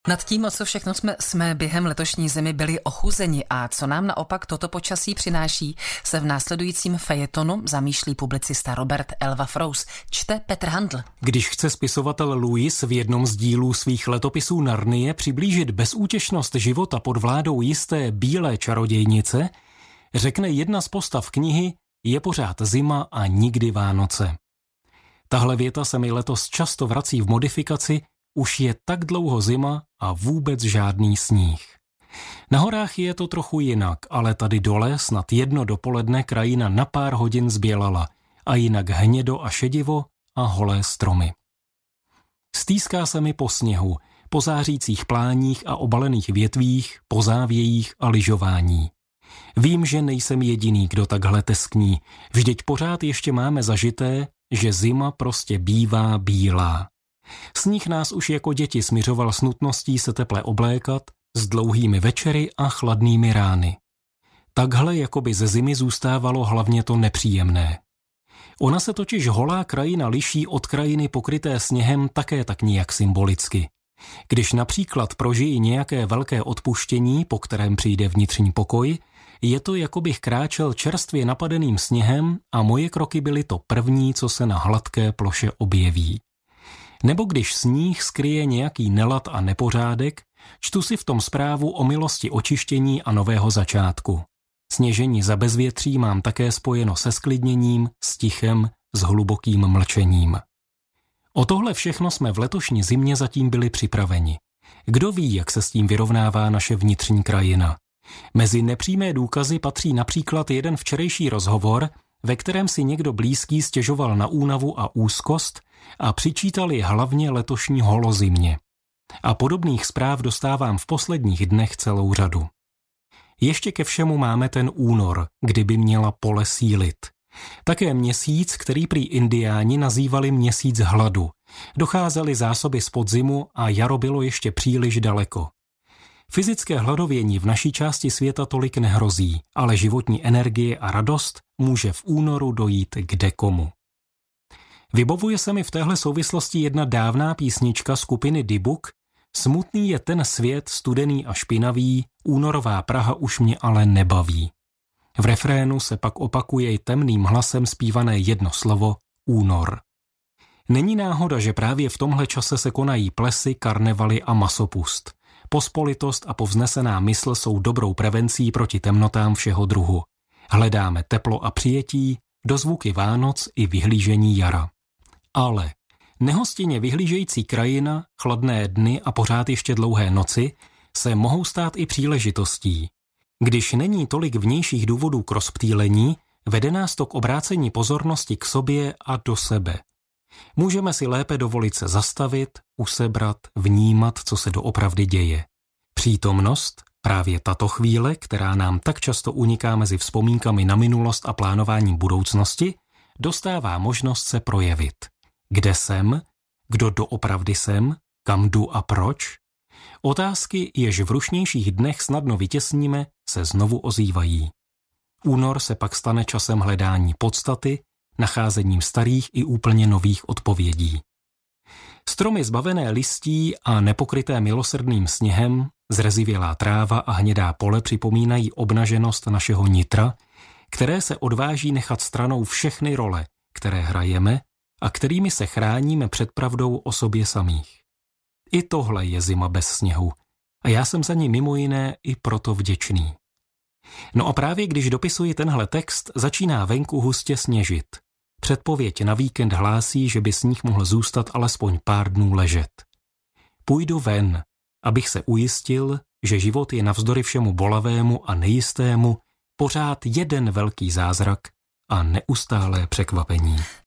Nad tím, o co všechno jsme během letošní zimy byli ochuzeni a co nám naopak toto počasí přináší, se v následujícím fejetonu zamýšlí publicista Robert Elvafrous. Čte Petr Handl. Když chce spisovatel Lewis v jednom z dílů svých letopisů Narnie přiblížit bezútěšnost života pod vládou jisté bílé čarodějnice, řekne jedna z postav knihy: je pořád zima a nikdy Vánoce. Tahle věta se mi letos často vrací v modifikaci: už je tak dlouho zima a vůbec žádný sníh. Na horách je to trochu jinak, ale tady dole snad jedno dopoledne krajina na pár hodin zbělala a jinak hnědo a šedivo a holé stromy. Stýská se mi po sněhu, po zářících pláních a obalených větvích, po závějích a lyžování. Vím, že nejsem jediný, kdo takhle teskní, vždyť pořád ještě máme zažité, že zima prostě bývá bílá. Sníh nás už jako děti smiřoval s nutností se teple oblékat, s dlouhými večery a chladnými rány. Takhle jakoby ze zimy zůstávalo hlavně to nepříjemné. Ona se totiž holá krajina liší od krajiny pokryté sněhem také tak nijak symbolicky. Když například prožijí nějaké velké odpuštění, po kterém přijde vnitřní pokoj, je to, jako bych kráčel čerstvě napadeným sněhem a moje kroky byly to první, co se na hladké ploše objeví. Nebo když sníh skryje nějaký nelad a nepořádek, čtu si v tom zprávu o milosti očištění a nového začátku. Sněžení za bezvětří mám také spojeno se sklidněním, s tichem, s hlubokým mlčením. O tohle všechno jsme v letošní zimě zatím byli připraveni. Kdo ví, jak se s tím vyrovnává naše vnitřní krajina? Mezi nepřímé důkazy patří například jeden včerejší rozhovor, ve kterém si někdo blízký stěžoval na únavu a úzkost a přičítali hlavně letošní holozimě. A podobných zpráv dostávám v posledních dnech celou řadu. Ještě ke všemu máme ten únor, kdyby měla pole sílit. Také měsíc, který prý indiáni nazývali měsíc hladu. Docházely zásoby z podzimu a jaro bylo ještě příliš daleko. Fyzické hladovění v naší části světa tolik nehrozí, ale životní energie a radost může v únoru dojít kdekomu. Vybavuje se mi v téhle souvislosti jedna dávná písnička skupiny Dybuk: smutný je ten svět, studený a špinavý, únorová Praha už mě ale nebaví. V refrénu se pak opakuje temným hlasem zpívané jedno slovo: únor. Není náhoda, že právě v tomhle čase se konají plesy, karnevaly a masopust. Pospolitost a povznesená mysl jsou dobrou prevencí proti temnotám všeho druhu. Hledáme teplo a přijetí, dozvuky Vánoc i vyhlížení jara. Ale nehostinně vyhlížející krajina, chladné dny a pořád ještě dlouhé noci se mohou stát i příležitostí. Když není tolik vnějších důvodů k rozptýlení, vede nás to k obrácení pozornosti k sobě a do sebe. Můžeme si lépe dovolit se zastavit, usebrat, vnímat, co se doopravdy děje. Přítomnost, právě tato chvíle, která nám tak často uniká mezi vzpomínkami na minulost a plánováním budoucnosti, dostává možnost se projevit. Kde jsem? Kdo doopravdy jsem? Kam jdu a proč? Otázky, jež v rušnějších dnech snadno vytěsníme, se znovu ozývají. Únor se pak stane časem hledání podstaty, nacházením starých i úplně nových odpovědí. Stromy zbavené listí a nepokryté milosrdným sněhem, zrezivělá tráva a hnědá pole připomínají obnaženost našeho nitra, které se odváží nechat stranou všechny role, které hrajeme a kterými se chráníme před pravdou o sobě samých. I tohle je zima bez sněhu a já jsem za ní mimo jiné i proto vděčný. No a právě když dopisuji tenhle text, začíná venku hustě sněžit. Předpověď na víkend hlásí, že by sníh mohl zůstat alespoň pár dnů ležet. Půjdu ven, abych se ujistil, že život je navzdory všemu bolavému a nejistému pořád jeden velký zázrak a neustálé překvapení.